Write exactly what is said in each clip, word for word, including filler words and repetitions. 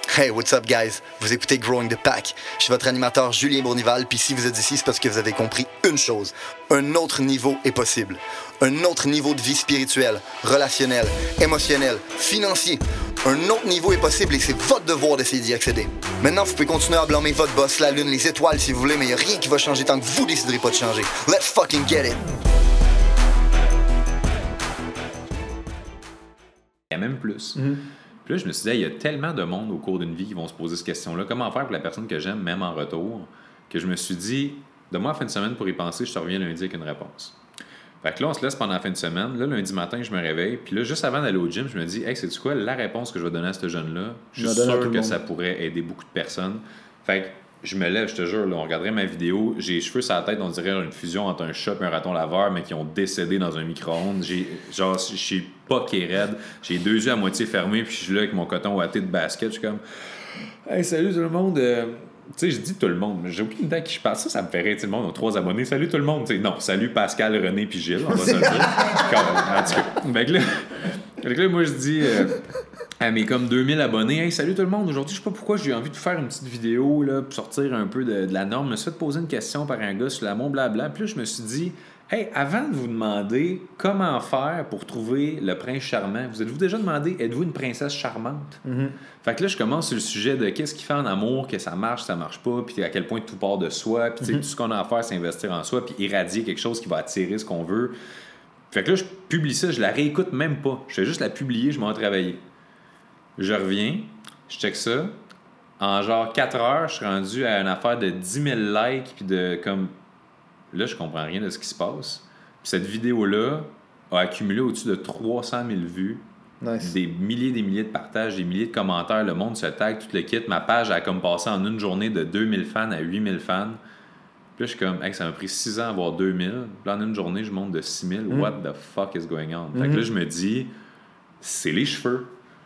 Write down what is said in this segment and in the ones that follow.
Hey, what's up, guys? Vous écoutez Growing the Pack. Je suis votre animateur Julien Bournival, puis si vous êtes ici, c'est parce que vous avez compris une chose. Un autre niveau est possible. Un autre niveau de vie spirituelle, relationnelle, émotionnelle, financier. Un autre niveau est possible et c'est votre devoir d'essayer d'y accéder. Maintenant, vous pouvez continuer à blâmer votre boss, la lune, les étoiles si vous voulez, mais il n'y a rien qui va changer tant que vous déciderez pas de changer. Let's fucking get it! Il y a même plus. Mm-hmm. Puis là, je me suis dit, il y a tellement de monde au cours d'une vie qui vont se poser cette question-là. Comment faire pour la personne que j'aime, même en retour, que je me suis dit, donne-moi la fin de semaine pour y penser, je te reviens lundi avec une réponse. Fait que là, on se laisse pendant la fin de semaine. Là, lundi matin, je me réveille. Puis là, juste avant d'aller au gym, je me dis, hey, sais-tu quoi, la réponse que je vais donner à ce jeune-là, je suis sûr que ça pourrait aider beaucoup de personnes. Fait que je me lève, je te jure, là, on regarderait ma vidéo, j'ai les cheveux sur la tête, on dirait une fusion entre un chat et un raton laveur, mais qui ont décédé dans un micro-ondes. J'ai, genre, je suis pas qui est raide, j'ai les deux yeux à moitié fermés, puis je suis là avec mon coton ouaté de basket, je suis comme, hey, salut tout le monde. Euh... Tu sais, je dis tout le monde, mais j'ai aucune idée à qui je parle. Ça, ça me fait rire. Tu sais, le monde a trois abonnés. Salut tout le monde. Tu sais, non, salut Pascal, René puis Gilles. On va se le dire. En tout cas. Fait que là, fait que là, moi, je dis euh, à mes comme deux mille abonnés, hey, salut tout le monde. Aujourd'hui, je sais pas pourquoi j'ai envie de faire une petite vidéo là, pour sortir un peu de, de la norme. Je me suis fait poser une question par un gars sur l'amour, blabla. Puis là, je me suis dit, hey, avant de vous demander comment faire pour trouver le prince charmant, vous êtes-vous déjà demandé, êtes-vous une princesse charmante? Mm-hmm. Fait que là, je commence sur le sujet de qu'est-ce qui fait en amour, que ça marche, ça marche pas, puis à quel point tout part de soi, puis mm-hmm. tout ce qu'on a à faire, c'est investir en soi, puis irradier quelque chose qui va attirer ce qu'on veut. Fait que là, je publie ça, je la réécoute même pas. Je fais juste la publier, je m'en vais travailler. Je reviens, je check ça. En genre quatre heures, je suis rendu à une affaire de dix mille likes, puis de comme... Là, je comprends rien de ce qui se passe. Puis cette vidéo-là a accumulé au-dessus de trois cent mille vues. Nice. Des milliers des milliers de partages, des milliers de commentaires. Le monde se tag, tout le kit. Ma page a comme passé en une journée de deux mille fans à huit mille fans. Puis là, je suis comme, hey, ça m'a pris six ans à avoir deux mille. Puis là, en une journée, je monte de six mille. Mm. What the fuck is going on? Mm-hmm. Fait que là, je me dis, c'est les cheveux.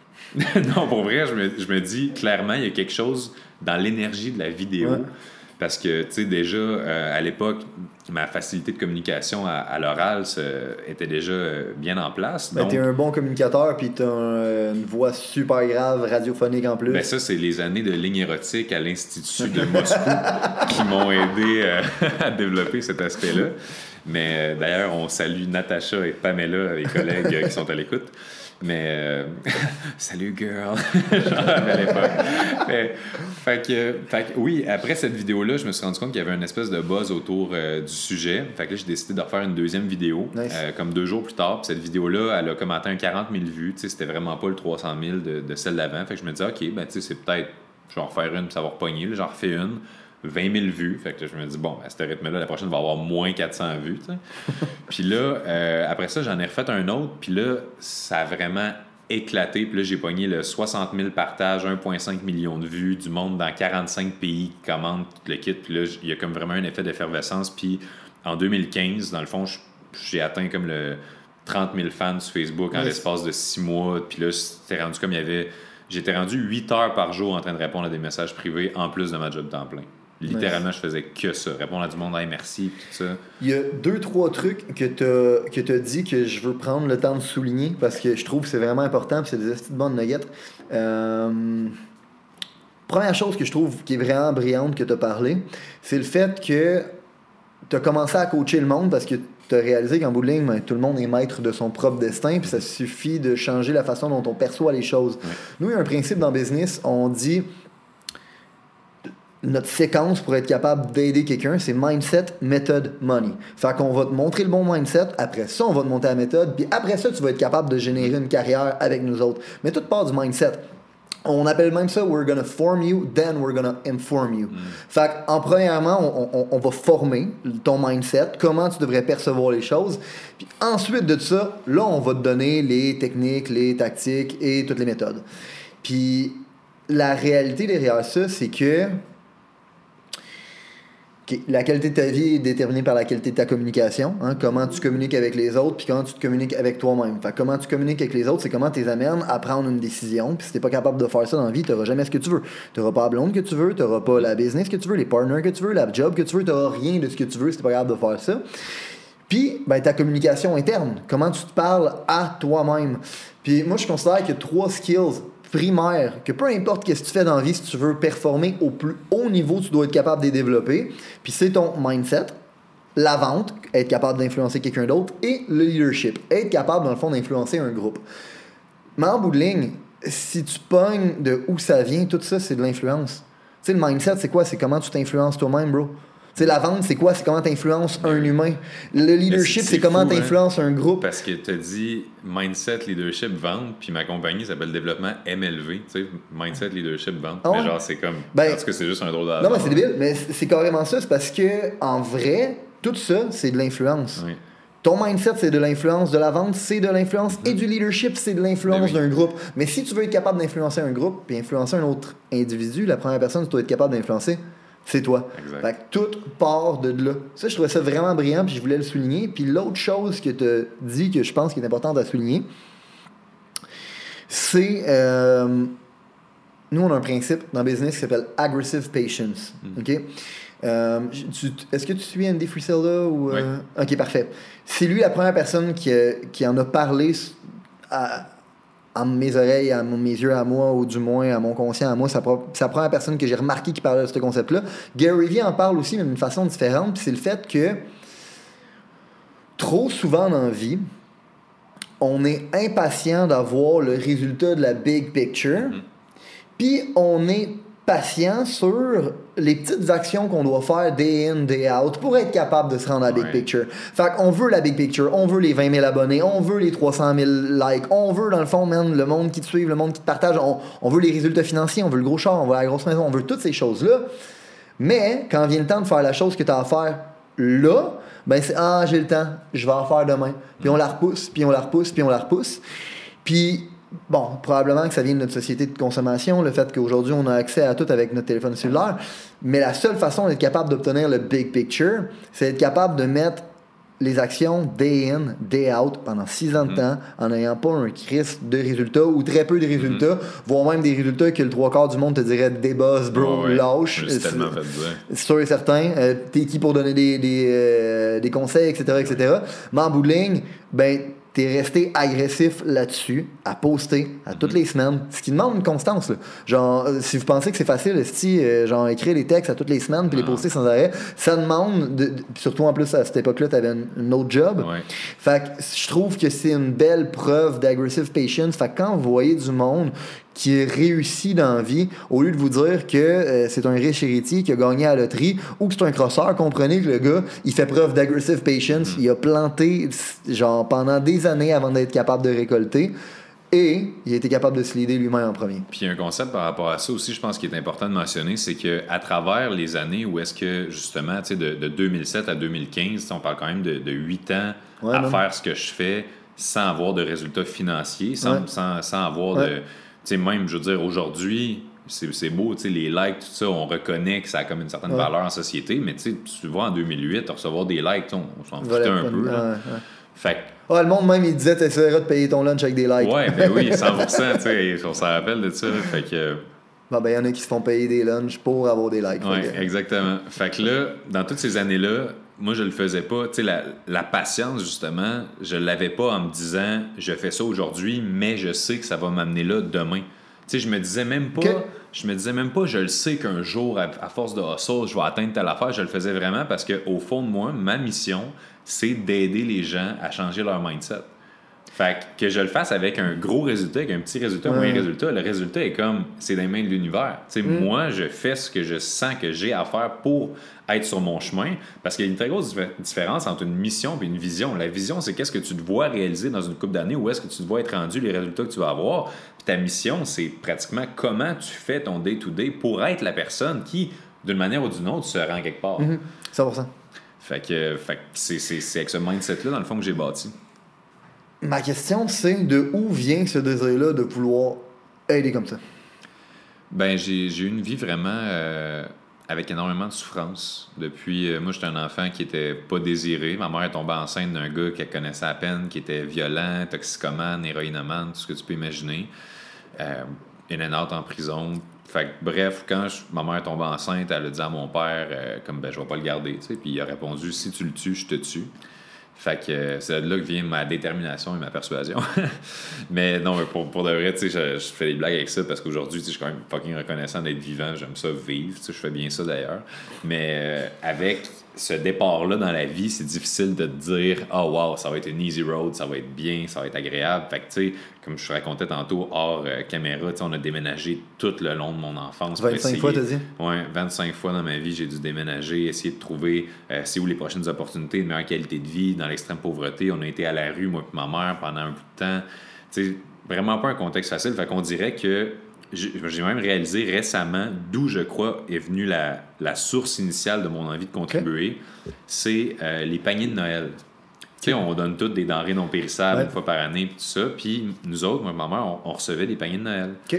Non, pour vrai, je me, je me dis, clairement, il y a quelque chose dans l'énergie de la vidéo. Ouais. Parce que, tu sais, déjà, euh, à l'époque, ma facilité de communication à, à l'oral ça, était déjà euh, bien en place. Ben, donc... t'es un bon communicateur, puis t'as un, une voix super grave, radiophonique en plus. Ben ça, c'est les années de ligne érotique à l'Institut de Moscou qui m'ont aidé euh, à développer cet aspect-là. Mais euh, d'ailleurs, on salue Natacha et Pamela, les collègues euh, qui sont à l'écoute. Mais euh, salut girl, genre à l'époque. Mais, fait que, fait que, oui, après cette vidéo-là, je me suis rendu compte qu'il y avait une espèce de buzz autour euh, du sujet. Fait que là, j'ai décidé de refaire une deuxième vidéo, nice. euh, comme deux jours plus tard. Puis cette vidéo-là, elle a comme atteint quarante mille vues. T'sais, c'était vraiment pas le trois cent mille de, de celle d'avant. Fait que je me disais, OK, ben, tu sais, c'est peut-être, je vais en refaire une, puis ça va repogner. Là, j'en refais une. vingt mille vues. Fait que là, je me dis, bon, à ce rythme-là, la prochaine va avoir moins quatre cents vues. Puis là, euh, après ça, j'en ai refait un autre. Puis là, ça a vraiment éclaté. Puis là, j'ai pogné le soixante mille partages, un virgule cinq million de vues, du monde dans quarante-cinq pays qui commandent tout le kit. Puis là, il y a comme vraiment un effet d'effervescence. Puis en deux mille quinze, dans le fond, j'ai atteint comme le trente mille fans sur Facebook en oui. l'espace de six mois. Puis là, c'était rendu comme il y avait... J'étais rendu huit heures par jour en train de répondre à des messages privés en plus de ma job temps plein. Littéralement, nice. Je faisais que ça. Répondre à du monde, hey, merci, tout ça. Il y a deux, trois trucs que tu que as dit que je veux prendre le temps de souligner parce que je trouve que c'est vraiment important et c'est des astuces de bonnes nuggets. Euh... Première chose que je trouve qui est vraiment brillante que tu as parlé, c'est le fait que tu as commencé à coacher le monde parce que tu as réalisé qu'en bout de ligne, ben, tout le monde est maître de son propre destin puis ça suffit de changer la façon dont on perçoit les choses. Ouais. Nous, il y a un principe dans le business, on dit... Notre séquence pour être capable d'aider quelqu'un, c'est mindset, méthode, money. Fait qu'on va te montrer le bon mindset, après ça, on va te monter la méthode, puis après ça, tu vas être capable de générer une carrière avec nous autres. Mais tout part du mindset. On appelle même ça « we're gonna form you, then we're gonna inform you mm. ». Fait qu'en premièrement, on, on, on va former ton mindset, comment tu devrais percevoir les choses. Puis ensuite de ça, là, on va te donner les techniques, les tactiques et toutes les méthodes. Puis la réalité derrière ça, c'est que Okay. La qualité de ta vie est déterminée par la qualité de ta communication. Hein? Comment tu communiques avec les autres, puis comment tu te communiques avec toi-même. Fait, comment tu communiques avec les autres, c'est comment tu les amènes à prendre une décision. Puis si tu n'es pas capable de faire ça dans la vie, tu n'auras jamais ce que tu veux. Tu n'auras pas la blonde que tu veux, tu n'auras pas la business que tu veux, les partners que tu veux, la job que tu veux, tu n'auras rien de ce que tu veux si tu n'es pas capable de faire ça. Puis, ben, ta communication interne. Comment tu te parles à toi-même. Puis moi, je considère qu'il y a trois skills primaires que peu importe ce que tu fais dans la vie, si tu veux performer au plus haut niveau, tu dois être capable de les développer. Puis c'est ton mindset, la vente, être capable d'influencer quelqu'un d'autre, et le leadership, être capable dans le fond d'influencer un groupe. Mais en bout de ligne, si tu pognes de où ça vient, tout ça, c'est de l'influence. Tu sais, le mindset, c'est quoi? C'est comment tu t'influences toi-même, bro. Tu sais, la vente, c'est quoi? C'est comment tu influences un humain. Le leadership, c'est, c'est comment tu influences hein? un groupe. Parce que tu as dit mindset, leadership, vente, puis ma compagnie s'appelle développement M L V. Tu sais, mindset, leadership, vente. Ah ouais? Mais genre, c'est comme. Ben, en tout cas, c'est juste un drôle d'hasard. Non, mais c'est débile. Mais c'est carrément ça. C'est parce que, en vrai, tout ça, c'est de l'influence. Oui. Ton mindset, c'est de l'influence. De la vente, c'est de l'influence. Mm-hmm. Et du leadership, c'est de l'influence oui. d'un groupe. Mais si tu veux être capable d'influencer un groupe puis influencer un autre individu, la première personne que tu dois être capable d'influencer, c'est toi. Exact. Fait que tout part de là. Ça, je trouvais ça vraiment brillant puis je voulais le souligner. Puis l'autre chose que tu as dit que je pense qu'il est importante à souligner, c'est... Euh, nous, on a un principe dans le business qui s'appelle « aggressive patience mm. ». OK? Euh, tu, est-ce que tu suis Andy Frisella ou euh... oui. Ok, parfait. C'est lui la première personne qui, a, qui en a parlé à, à mes oreilles, à mes yeux, à moi, ou du moins à mon conscient, à moi. C'est la première personne que j'ai remarqué qui parlait de ce concept-là. Gary Vee en parle aussi, mais d'une façon différente. Puis c'est le fait que trop souvent dans la vie, on est impatient d'avoir le résultat de la big picture. Mm-hmm. Puis on est patient sur les petites actions qu'on doit faire day in, day out pour être capable de se rendre à la big ouais. picture. Fait qu'on veut la big picture, on veut les vingt mille abonnés, on veut les trois cent mille likes, on veut dans le fond, man, le monde qui te suit, le monde qui te partage, on, on veut les résultats financiers, on veut le gros char, on veut la grosse maison, on veut toutes ces choses-là. Mais quand vient le temps de faire la chose que tu as à faire là, ben c'est « Ah, j'ai le temps, je vais en faire demain. » Puis on la repousse, puis on la repousse, puis on la repousse. Puis... Bon, probablement que ça vient de notre société de consommation, le fait qu'aujourd'hui, on a accès à tout avec notre téléphone cellulaire. Mais la seule façon d'être capable d'obtenir le big picture, c'est d'être capable de mettre les actions day in, day out pendant six ans de mm-hmm. temps en n'ayant pas un crise de résultats ou très peu de résultats, mm-hmm. voire même des résultats que le trois quarts du monde te dirait des boss, bro, oh, ouais. lâche. C'est tellement fait dire. C'est sûr et certain. Euh, t'es qui pour donner des, des, euh, des conseils, et cetera, et cetera. Mais en bout de ligne, ben, t'es resté agressif là-dessus, à poster à toutes les semaines, ce qui demande une constance. Là. Genre, si vous pensez que c'est facile, si, euh, genre, écrire des textes à toutes les semaines puis les poster sans arrêt, ça demande, de, de, surtout en plus à cette époque-là, t'avais une, une autre job. Ouais. Fait que je trouve que c'est une belle preuve d'aggressive patience. Fait que quand vous voyez du monde qui réussit dans la vie, au lieu de vous dire que euh, c'est un riche héritier qui a gagné à la loterie ou que c'est un crosseur, comprenez que le gars, il fait preuve d'aggressive patience. Mm. Il a planté genre pendant des années avant d'être capable de récolter et il a été capable de se leader lui-même en premier. Puis il y a un concept par rapport à ça aussi, je pense qu'il est important de mentionner, c'est qu'à travers les années où est-ce que, justement, tu sais, de, de deux mille sept à deux mille quinze, on parle quand même de, de huit ans ouais, à même. faire ce que je fais sans avoir de résultats financiers, sans, ouais. sans, sans avoir ouais. de... Tu sais, même, je veux dire, aujourd'hui, c'est, c'est beau, tu sais, les likes, tout ça, on reconnaît que ça a comme une certaine ouais. valeur en société, mais tu sais, tu vois, en deux mille huit, recevoir des likes, on, on s'en foutait un peu. Là. Ouais, ouais. Fait ah, le monde même, il disait, t'essaieras de payer ton lunch avec des likes. Ouais, ben oui, cent pour cent, tu sais, on s'en rappelle de ça, fait que... Bon, ben, il y en a qui se font payer des lunchs pour avoir des likes. Oui, que... exactement. Fait que là, dans toutes ces années-là, moi, je le faisais pas. Tu sais, la, la patience, justement, je l'avais pas en me disant, je fais ça aujourd'hui, mais je sais que ça va m'amener là demain. Tu sais, je me disais même pas, okay. je me disais même pas, je le sais qu'un jour, à, à force de hustle, je vais atteindre telle affaire. Je le faisais vraiment parce qu'au fond de moi, ma mission, c'est d'aider les gens à changer leur mindset. Fait que, que je le fasse avec un gros résultat, avec un petit résultat, ouais. moyen résultat, le résultat est comme, c'est dans les mains de l'univers. Tu sais, mm. moi, je fais ce que je sens que j'ai à faire pour être sur mon chemin, parce qu'il y a une très grosse différence entre une mission et une vision. La vision, c'est qu'est-ce que tu te vois réaliser dans une couple d'années, où est-ce que tu te vois être rendu, les résultats que tu vas avoir. Puis ta mission, c'est pratiquement comment tu fais ton day-to-day pour être la personne qui, d'une manière ou d'une autre, se rend quelque part. Mm-hmm. cent pour cent. Fait que, fait que c'est, c'est, c'est avec ce mindset-là, dans le fond, que j'ai bâti. Ma question, c'est de où vient ce désir-là de vouloir aider comme ça? Ben, j'ai, j'ai eu une vie vraiment euh, avec énormément de souffrance. Depuis, euh, moi, j'étais un enfant qui était pas désiré. Ma mère est tombée enceinte d'un gars qu'elle connaissait à peine, qui était violent, toxicomane, héroïnomane, tout ce que tu peux imaginer. Euh, in and out en prison. Fait que, bref, quand je, ma mère est tombée enceinte, elle a dit à mon père, euh, comme, ben, je vais pas le garder, tu sais. Puis il a répondu, si tu le tues, je te tue. Fait que euh, c'est de là que vient ma détermination et ma persuasion. Mais non, pour, pour de vrai, tu sais, je, je fais des blagues avec ça parce qu'aujourd'hui, tu sais, je suis quand même fucking reconnaissant d'être vivant. J'aime ça vivre, tu sais, je fais bien ça d'ailleurs. Mais euh, avec ce départ-là dans la vie, c'est difficile de te dire « Oh wow, ça va être une easy road, ça va être bien, ça va être agréable. » Fait que tu sais, comme je te racontais tantôt hors euh, caméra, tu sais, on a déménagé tout le long de mon enfance. vingt-cinq fois, t'as dit? Ouais, vingt-cinq fois dans ma vie, j'ai dû déménager, essayer de trouver euh, c'est où les prochaines opportunités, de meilleure qualité de vie, dans l'extrême pauvreté. On a été à la rue, moi et ma mère, pendant un bout de temps. Tu sais, vraiment pas un contexte facile. Fait qu'on dirait que j'ai, j'ai même réalisé récemment d'où je crois est venue la, la source initiale de mon envie de contribuer. Okay. C'est euh, les paniers de Noël. Tu sais, on donne toutes des denrées non périssables ouais. une fois par année, puis tout ça. Puis nous autres, moi et ma mère, on, on recevait des paniers de Noël. Okay.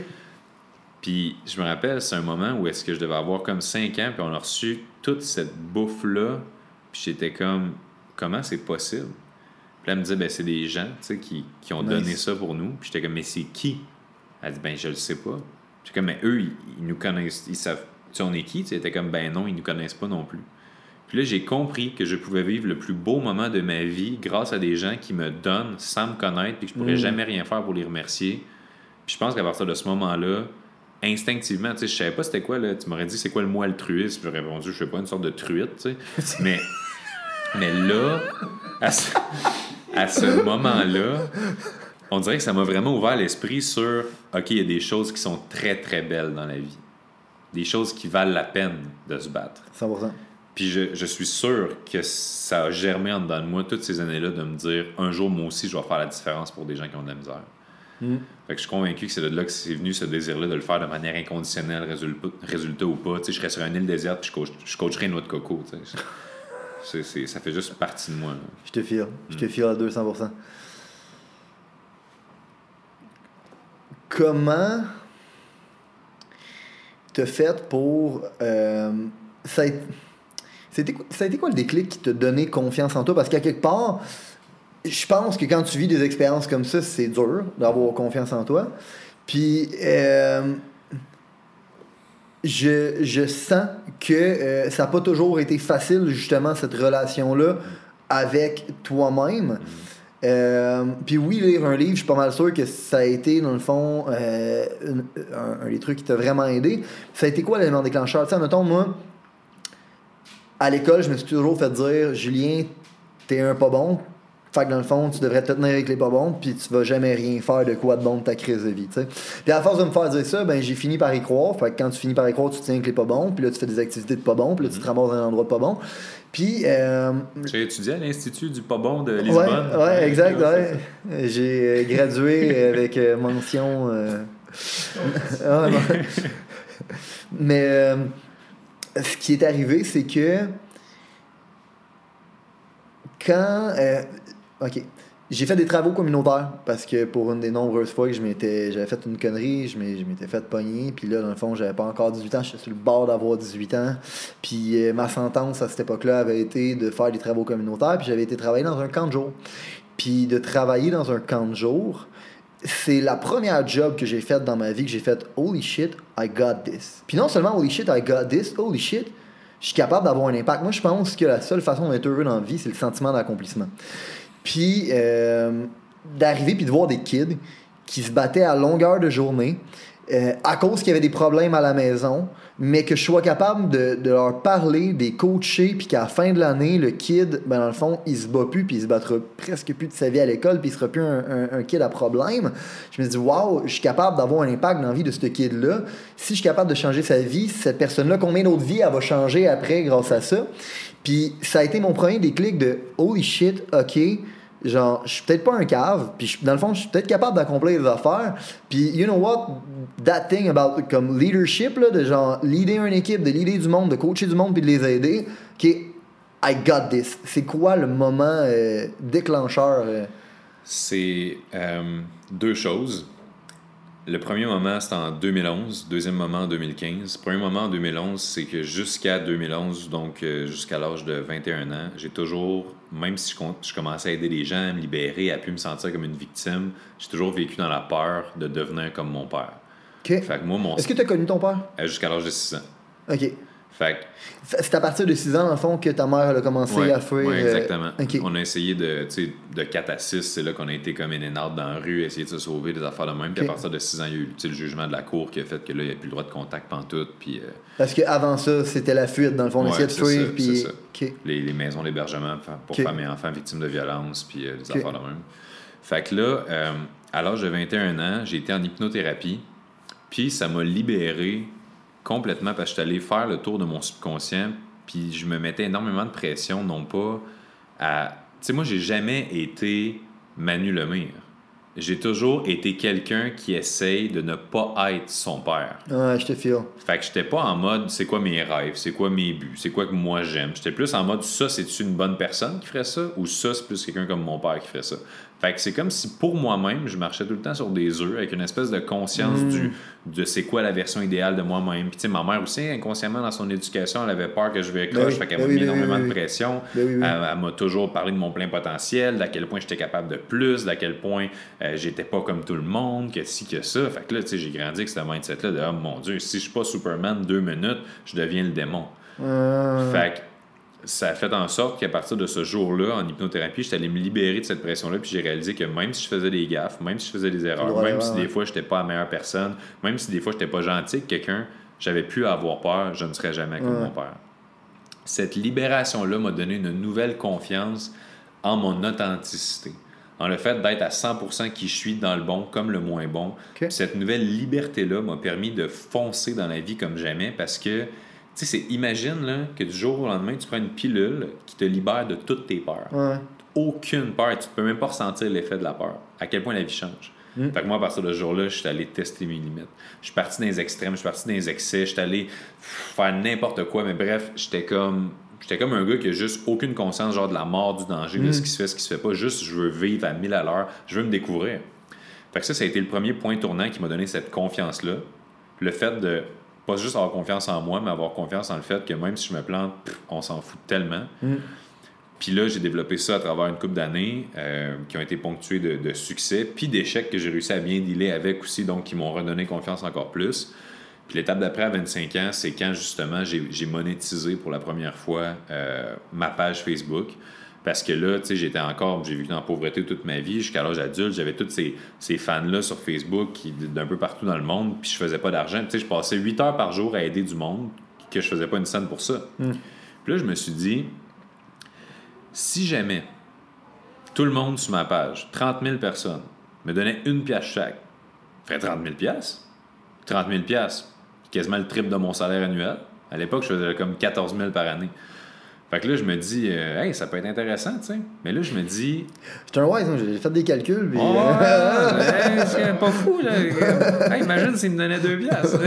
Puis je me rappelle, c'est un moment où est-ce que je devais avoir comme cinq ans, puis on a reçu toute cette bouffe-là, puis j'étais comme, comment c'est possible? Puis là, elle me disait, ben c'est des gens, tu sais, qui, qui ont nice. donné ça pour nous. Puis j'étais comme, mais c'est qui? Elle dit, ben je le sais pas. J'étais comme, mais eux, ils, ils nous connaissent, ils savent, tu sais, on est qui? Tu sais, était comme, ben non, ils nous connaissent pas non plus. Puis là, j'ai compris que je pouvais vivre le plus beau moment de ma vie grâce à des gens qui me donnent sans me connaître, puis que je pourrais mmh. jamais rien faire pour les remercier. Puis je pense qu'à partir de ce moment-là, instinctivement, tu sais, je savais pas c'était quoi, là. Tu m'aurais dit c'est quoi le mot altruisme, j'aurais répondu, je sais pas, une sorte de truite, tu sais. mais, mais là, à ce, à ce moment-là, on dirait que ça m'a vraiment ouvert l'esprit sur, OK, il y a des choses qui sont très, très belles dans la vie. Des choses qui valent la peine de se battre. cent pour cent. Puis je, je suis sûr que ça a germé en dedans de moi toutes ces années-là de me dire, un jour, moi aussi, je vais faire la différence pour des gens qui ont de la misère. Mm. Fait que je suis convaincu que c'est de là que c'est venu ce désir-là de le faire de manière inconditionnelle, résultat, résultat ou pas. Tu sais, je serais sur une île déserte puis je, coach, je coacherais une noix de coco. Tu sais. c'est, c'est, ça fait juste partie de moi. Là. Je te file. Je te file à deux cents pour cent. Comment t'as fait pour... Euh, ça, a été, c'était, ça a été quoi le déclic qui t'a donné confiance en toi? Parce qu'à quelque part... Je pense que quand tu vis des expériences comme ça, c'est dur d'avoir confiance en toi. Puis, euh, je, je sens que euh, ça n'a pas toujours été facile, justement, cette relation-là avec toi-même. Euh, puis oui, lire un livre, je suis pas mal sûr que ça a été, dans le fond, euh, un, un des trucs qui t'a vraiment aidé. Ça a été quoi l'élément déclencheur? Tu sais, mettons, moi, à l'école, je me suis toujours fait dire « Julien, t'es un pas bon ». Fait que dans le fond, tu devrais te tenir avec les pas bons, puis tu vas jamais rien faire de quoi de bon de ta crise de vie, tu sais. Puis à force de me faire dire ça, ben j'ai fini par y croire. Fait que quand tu finis par y croire, tu te tiens avec les pas bons, puis là tu fais des activités de pas bons, puis là tu te ramasses dans un endroit de pas bon. Puis. Euh... J'ai étudié à l'Institut du pas bon de Lisbonne. Ouais, ouais, exact, ouais. J'ai gradué avec mention. Euh... ah, Mais euh, ce qui est arrivé, c'est que quand. Euh, OK. J'ai fait des travaux communautaires parce que pour une des nombreuses fois que je m'étais, j'avais fait une connerie, je, m'ai, je m'étais fait pogner. Puis là, dans le fond, j'avais pas encore dix-huit ans. J'étais sur le bord d'avoir dix-huit ans. Puis euh, ma sentence à cette époque-là avait été de faire des travaux communautaires. Puis j'avais été travailler dans un camp de jour. Puis de travailler dans un camp de jour, c'est la première job que j'ai faite dans ma vie que j'ai faite « Holy shit, I got this ». Puis non seulement « Holy shit, I got this »,« Holy shit », je suis capable d'avoir un impact. Moi, je pense que la seule façon d'être heureux dans la vie, c'est le sentiment d'accomplissement. Puis euh, d'arriver puis de voir des kids qui se battaient à longueur de journée euh, à cause qu'il y avait des problèmes à la maison, mais que je sois capable de, de leur parler, des coacher, puis qu'à la fin de l'année, le kid, ben dans le fond, il se bat plus, puis il se battra presque plus de sa vie à l'école, puis il sera plus un, un, un kid à problème. Je me dis, waouh, je suis capable d'avoir un impact dans la vie de ce kid-là. Si je suis capable de changer sa vie, cette personne-là, combien d'autres vies elle va changer après grâce à ça? Puis ça a été mon premier déclic de holy shit, ok. Genre, je suis peut-être pas un cave, puis je, dans le fond, je suis peut-être capable d'accomplir les affaires. Puis, you know what? That thing about, comme leadership, là, de genre, leader une équipe, de leader du monde, de coacher du monde, puis de les aider. OK, I got this. C'est quoi le moment euh, déclencheur? Euh? C'est euh, deux choses. Le premier moment, c'était en deux mille onze. Deuxième moment, en deux mille quinze. Premier moment, en deux mille onze, c'est que jusqu'à deux mille onze, donc euh, jusqu'à l'âge de vingt et un ans, j'ai toujours, même si je, je commençais à aider les gens, à me libérer, à plus me sentir comme une victime, j'ai toujours vécu dans la peur de devenir comme mon père. OK. Fait que moi, mon... Est-ce que tu as connu ton père? Euh, jusqu'à l'âge de six ans. OK. Fait que, C'est à partir de six ans, dans le fond, que ta mère elle a commencé ouais, à faire. ouais, exactement. Euh... Okay. On a essayé de, tu sais, de quatre à six, c'est là qu'on a été comme une énarde dans la rue, essayer de se sauver, des affaires de même. Puis okay. à partir de six ans, il y a eu le jugement de la cour qui a fait que là, il n'y a plus le droit de contact pantoute. Puis, euh... Parce qu'avant ça, c'était la fuite. Dans le fond, on ouais, essayait de fuir. Ça, puis... ça. Okay. Les, les maisons d'hébergement pour okay. femmes et enfants victimes de violences, puis euh, des okay. affaires de même. Fait que là, euh, à l'âge de vingt et un ans, j'ai été en hypnothérapie. Puis ça m'a libéré complètement parce que je suis allé faire le tour de mon subconscient. Puis je me mettais énormément de pression, non pas à... Tu sais, moi, j'ai jamais été Manu Lemire. J'ai toujours été quelqu'un qui essaye de ne pas être son père. Ouais, je te file. Fait que j'étais pas en mode c'est quoi mes rêves, c'est quoi mes buts, c'est quoi que moi j'aime. J'étais plus en mode ça, c'est-tu une bonne personne qui ferait ça ou ça, c'est plus quelqu'un comme mon père qui ferait ça. Fait que c'est comme si pour moi-même, je marchais tout le temps sur des œufs avec une espèce de conscience mmh. du, de c'est quoi la version idéale de moi-même. Puis tu sais, ma mère aussi, inconsciemment dans son éducation, elle avait peur que je vais croche, oui, fait qu'elle m'a oui, mis oui, énormément oui, de pression. Oui, oui, oui. Elle, elle m'a toujours parlé de mon plein potentiel, d'à quel point j'étais capable de plus, d'à quel point euh, j'étais pas comme tout le monde, que ci, que ça. Fait que là, tu sais, j'ai grandi avec ce mindset-là de « Oh mon Dieu, si je suis pas Superman deux minutes, je deviens le démon. Euh... » Fait que ça a fait en sorte qu'à partir de ce jour-là, en hypnothérapie, j'étais allé me libérer de cette pression-là, puis j'ai réalisé que même si je faisais des gaffes, même si je faisais des erreurs, même si des fois, j'étais pas la meilleure personne, même si des fois, j'étais pas gentil avec quelqu'un, j'avais plus à avoir peur, je ne serais jamais comme ouais. mon père. Cette libération-là m'a donné une nouvelle confiance en mon authenticité, en le fait d'être à cent pour cent qui je suis dans le bon comme le moins bon. Okay. Cette nouvelle liberté-là m'a permis de foncer dans la vie comme jamais parce que tu sais, imagine là, que du jour au lendemain, tu prends une pilule qui te libère de toutes tes peurs. Ouais. Aucune peur. Tu ne peux même pas ressentir l'effet de la peur. À quel point la vie change. Mm. Fait que moi, à partir de ce jour-là, je suis allé tester mes limites. Je suis parti dans les extrêmes, je suis parti dans les excès, je suis allé faire n'importe quoi. Mais bref, j'étais comme... J'étais comme un gars qui a juste aucune conscience genre de la mort, du danger, mm. de ce qui se fait, ce qui se fait pas. Juste, je veux vivre à mille à l'heure. Je veux me découvrir. Fait que ça, ça a été le premier point tournant qui m'a donné cette confiance-là. Le fait de... Pas juste avoir confiance en moi, mais avoir confiance en le fait que même si je me plante, pff, on s'en fout tellement. Mm. Puis là, j'ai développé ça à travers une couple d'années euh, qui ont été ponctuées de, de succès, puis d'échecs que j'ai réussi à bien dealer avec aussi, donc qui m'ont redonné confiance encore plus. Puis l'étape d'après, à vingt-cinq ans, c'est quand justement j'ai, j'ai monétisé pour la première fois euh, ma page Facebook. Parce que là, tu sais, j'étais encore, j'ai vécu dans la pauvreté toute ma vie. Jusqu'à l'âge adulte, j'avais tous ces, ces fans-là sur Facebook qui, d'un peu partout dans le monde, puis je faisais pas d'argent. Tu sais, je passais huit heures par jour à aider du monde, que je faisais pas une scène pour ça. Mm. Puis là, je me suis dit, si jamais tout le monde sur ma page, trente mille personnes, me donnait une pièce chaque, je ferais trente mille pièces. trente mille pièces, quasiment le triple de mon salaire annuel. À l'époque, je faisais comme quatorze mille par année. Fait que là, je me dis, euh, hey, ça peut être intéressant, tu sais. Mais là, je me dis. J'étais un wise, hein, j'ai fait des calculs. Puis... Oh, ouais, hey, c'est pas fou, là. Hey, imagine s'il me donnait deux piastres.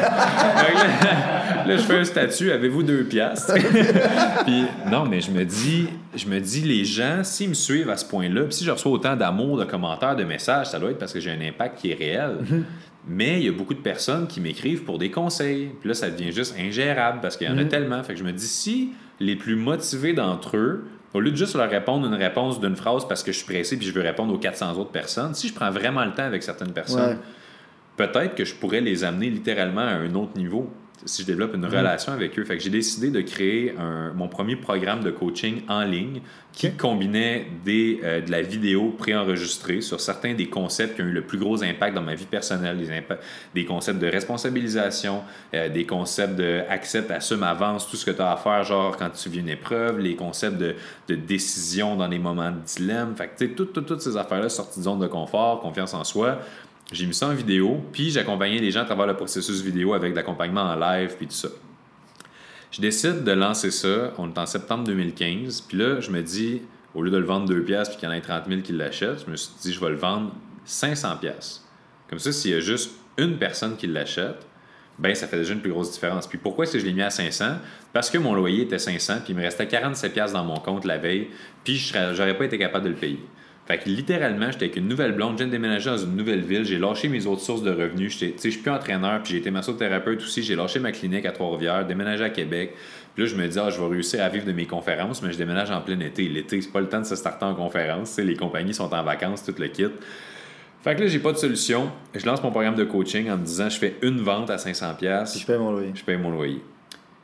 là, là, je fais un statut, avez-vous deux piastres? Puis, non, mais je me dis, je me dis, les gens, s'ils me suivent à ce point-là, puis si je reçois autant d'amour, de commentaires, de messages, ça doit être parce que j'ai un impact qui est réel. Mm-hmm. Mais il y a beaucoup de personnes qui m'écrivent pour des conseils. Puis là, ça devient juste ingérable parce qu'il y en a mm-hmm. tellement. Fait que je me dis, si les plus motivés d'entre eux, au lieu de juste leur répondre une réponse d'une phrase parce que je suis pressé puis je veux répondre aux quatre cents autres personnes, si je prends vraiment le temps avec certaines personnes, ouais. peut-être que je pourrais les amener littéralement à un autre niveau si je développe une mmh. relation avec eux. Fait que j'ai décidé de créer un, mon premier programme de coaching en ligne qui okay. combinait des, euh, de la vidéo préenregistrée sur certains des concepts qui ont eu le plus gros impact dans ma vie personnelle, des, impa- des concepts de responsabilisation, euh, des concepts de accepte, assume, avance, tout ce que tu as à faire, genre quand tu vis une épreuve, les concepts de, de décision dans des moments de dilemme. Fait que tu sais, toutes, toutes, toutes ces affaires-là, sorties de zone de confort, confiance en soi. J'ai mis ça en vidéo, puis j'accompagnais les gens à travers le processus vidéo avec de l'accompagnement en live, puis tout ça. Je décide de lancer ça, on est en septembre deux mille quinze, puis là, je me dis, au lieu de le vendre deux piastres puis qu'il y en ait trente mille qui l'achètent, je me suis dit, je vais le vendre cinq cents piastres. Comme ça, s'il y a juste une personne qui l'achète, ben ça fait déjà une plus grosse différence. Puis pourquoi est-ce que je l'ai mis à cinq cents? Parce que mon loyer était cinq cents, puis il me restait quarante-sept piastres dans mon compte la veille, puis je n'aurais pas été capable de le payer. Fait que littéralement, j'étais avec une nouvelle blonde, je viens de déménager dans une nouvelle ville, j'ai lâché mes autres sources de revenus, je suis plus entraîneur, puis j'ai été massothérapeute aussi, j'ai lâché ma clinique à Trois-Rivières, déménagé à Québec. Puis là, je me dis, ah, je vais réussir à vivre de mes conférences, mais je déménage en plein été. L'été, c'est pas le temps de se starter en conférence, t'sais, les compagnies sont en vacances, tout le kit. Fait que là, j'ai pas de solution. Je lance mon programme de coaching en me disant, je fais une vente à cinq cents piastres. Puis je paye mon loyer. Je paye mon loyer.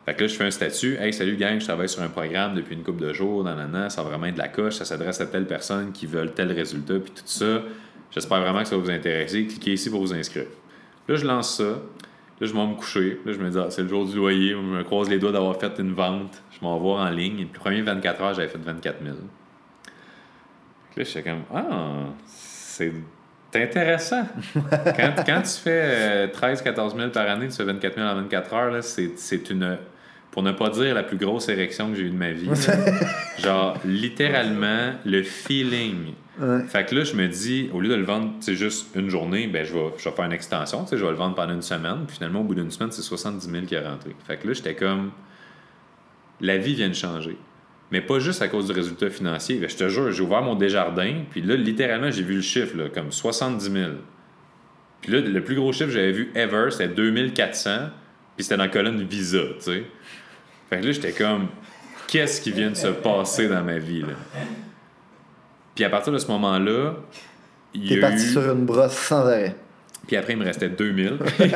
Fait que là, je fais un statut. Hey, salut gang, je travaille sur un programme depuis une couple de jours, nanana, ça va vraiment être de la coche, ça s'adresse à telle personne qui veulent tel résultat, puis tout ça. J'espère vraiment que ça va vous intéresser. Cliquez ici pour vous inscrire. Là, je lance ça. Là, je m'en me coucher. Là, je me dis, ah, c'est le jour du loyer. Je me croise les doigts d'avoir fait une vente. Je m'en vais en ligne. Et le premier vingt-quatre heures, j'avais fait vingt-quatre mille. Là, je suis comme, ah, c'est intéressant. quand, quand tu fais euh, treize à quatorze mille par année, tu fais vingt-quatre mille en vingt-quatre heures, là, c'est, c'est une, pour ne pas dire la plus grosse érection que j'ai eue de ma vie. Genre, littéralement, le feeling. Ouais. Fait que là, je me dis, au lieu de le vendre juste une journée, ben je vais, je vais faire une extension, je vais le vendre pendant une semaine. Puis finalement, au bout d'une semaine, c'est soixante-dix mille qui est rentré. Fait que là, j'étais comme, la vie vient de changer. Mais pas juste à cause du résultat financier. Ben, je te jure, j'ai ouvert mon Desjardins, puis là, littéralement, j'ai vu le chiffre, là, comme soixante-dix mille. Puis là, le plus gros chiffre que j'avais vu ever, c'était deux mille quatre cents, puis c'était dans la colonne Visa, tu sais. Fait que là, j'étais comme, qu'est-ce qui vient de se passer dans ma vie, là? Puis à partir de ce moment-là, il y T'es a parti eu... sur une brosse sans arrêt. Puis après, il me restait deux mille.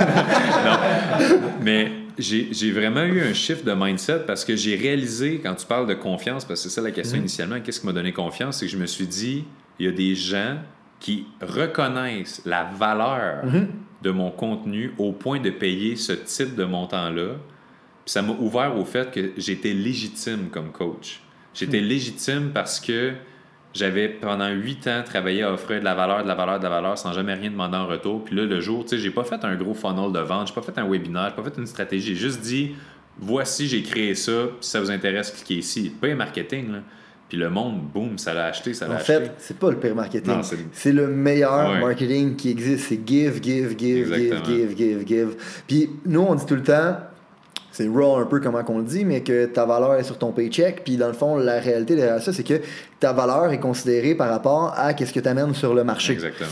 Non. Mais j'ai, j'ai vraiment eu un shift de mindset parce que j'ai réalisé, quand tu parles de confiance, parce que c'est ça la question mmh. initialement, qu'est-ce qui m'a donné confiance, c'est que je me suis dit, il y a des gens qui reconnaissent la valeur mmh. de mon contenu au point de payer ce type de montant-là. Puis ça m'a ouvert au fait que j'étais légitime comme coach. J'étais mmh. légitime parce que j'avais pendant huit ans travaillé à offrir de la valeur, de la valeur, de la valeur sans jamais rien demander en retour. Puis là, le jour, tu sais, j'ai pas fait un gros funnel de vente, j'ai pas fait un webinaire, j'ai pas fait une stratégie. J'ai juste dit, voici, j'ai créé ça, puis si ça vous intéresse, cliquez ici. Pas un marketing, là. Puis le monde, boum, ça l'a acheté, ça l'a en acheté. En fait, c'est pas le pire marketing. Non, c'est... c'est le meilleur ouais. marketing qui existe. C'est give, give, give, Exactement. give, give, give, give. Puis nous, on dit tout le temps... C'est raw un peu comment qu'on le dit, mais que ta valeur est sur ton paycheck. Puis dans le fond, la réalité derrière ça, c'est que ta valeur est considérée par rapport à qu'est-ce que tu amènes sur le marché. Exactement.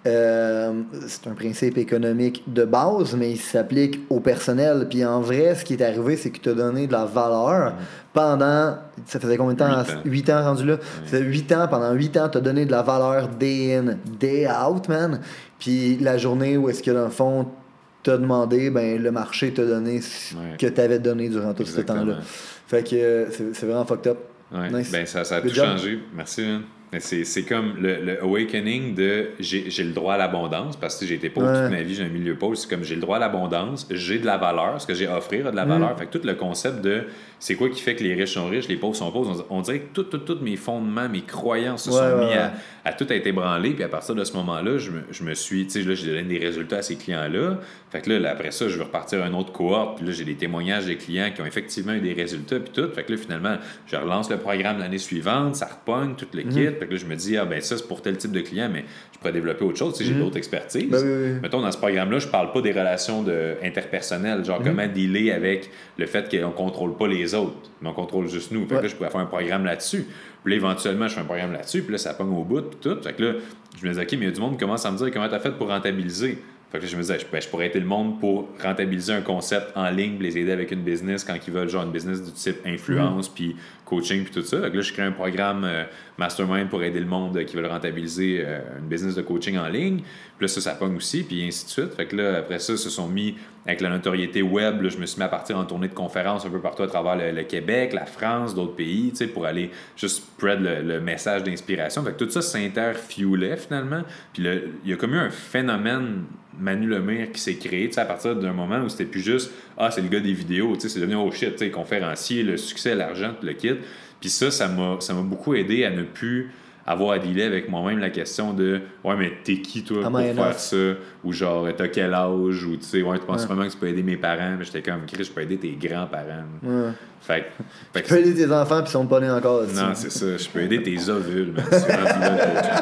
Euh, c'est un principe économique de base, mais il s'applique au personnel. Puis en vrai, ce qui est arrivé, c'est que tu as donné de la valeur mmh. pendant... Ça faisait combien de temps? huit ans, ans rendu là? Mmh. Ça fait huit ans. Pendant huit ans, tu as donné de la valeur day in, day out, man. Puis la journée où est-ce que dans le fond... t'as demandé, ben le marché t'a donné ce ouais. que t'avais donné durant tout Exactement. ce temps-là. Fait que euh, c'est, c'est vraiment fucked up. Ouais. Nice. Ben ça, ça a Good tout job. changé. Merci, man. C'est, c'est comme le, le awakening de j'ai, j'ai le droit à l'abondance parce que j'ai été pauvre ouais. toute ma vie, j'ai un milieu pauvre. C'est comme j'ai le droit à l'abondance, j'ai de la valeur, ce que j'ai à offrir a de la valeur. Mm. Fait que tout le concept de c'est quoi qui fait que les riches sont riches, les pauvres sont pauvres, on, on dirait que tous tout, tout mes fondements, mes croyances se ouais, sont ouais, mis ouais. À, à tout être ébranlé. Puis à partir de ce moment-là, je me, je me suis, tu sais, là, j'ai donné des résultats à ces clients-là. Fait que là, là, après ça, je vais repartir à une autre cohorte. Puis là, j'ai des témoignages des clients qui ont effectivement eu des résultats. Puis tout. Fait que là, finalement, je relance le programme l'année suivante, ça repogne, tout le kit. Mm. Fait que là, je me dis, ah ben ça, c'est pour tel type de client, mais je pourrais développer autre chose. Tu sais, j'ai mm. d'autres expertises. Ben, oui, oui. Mettons, dans ce programme-là, je parle pas des relations de, interpersonnelles, genre mm. comment dealer avec le fait qu'on contrôle pas les autres, mais on contrôle juste nous. Fait que ouais. là, je pourrais faire un programme là-dessus. Puis là, éventuellement, je fais un programme là-dessus, puis là, ça pogne au bout, puis tout. Fait que là, je me dis, OK, mais il y a du monde qui commence à me dire comment tu as fait pour rentabiliser. Fait que là, je me disais, ben, je pourrais aider le monde pour rentabiliser un concept en ligne, les aider avec une business quand ils veulent, genre une business du type influence, mm. puis coaching, puis tout ça. Fait que là, je crée un programme euh, mastermind pour aider le monde euh, qui veut rentabiliser euh, une business de coaching en ligne. Puis là, ça, ça pogne aussi, puis ainsi de suite. Fait que là, après ça, ils se sont mis avec la notoriété web. Là, je me suis mis à partir en tournée de conférences un peu partout à travers le, le Québec, la France, d'autres pays, tu sais, pour aller juste spread le, le message d'inspiration. Fait que tout ça s'interfuelait finalement. Puis là, il y a comme eu un phénomène Manu Lemire qui s'est créé, tu sais, à partir d'un moment où c'était plus juste « Ah, c'est le gars des vidéos », tu sais, c'est devenu « Oh shit », tu sais, conférencier, le succès, l'argent, tout le kit. Puis ça, ça m'a, ça m'a beaucoup aidé à ne plus avoir à dealer avec moi-même la question de « Ouais, mais t'es qui, toi, pour faire enough. ça? » Ou genre « T'as quel âge? » Ou tu sais, « Ouais, tu penses ouais. vraiment que tu peux aider mes parents? » Mais j'étais comme « Chris, je peux aider tes grands-parents. Ouais. » Fait, fait que... Tu peux aider tes enfants puis ils sont pas nés encore. Aussi. Non, c'est ça. Je peux aider tes ovules, man. C'est vraiment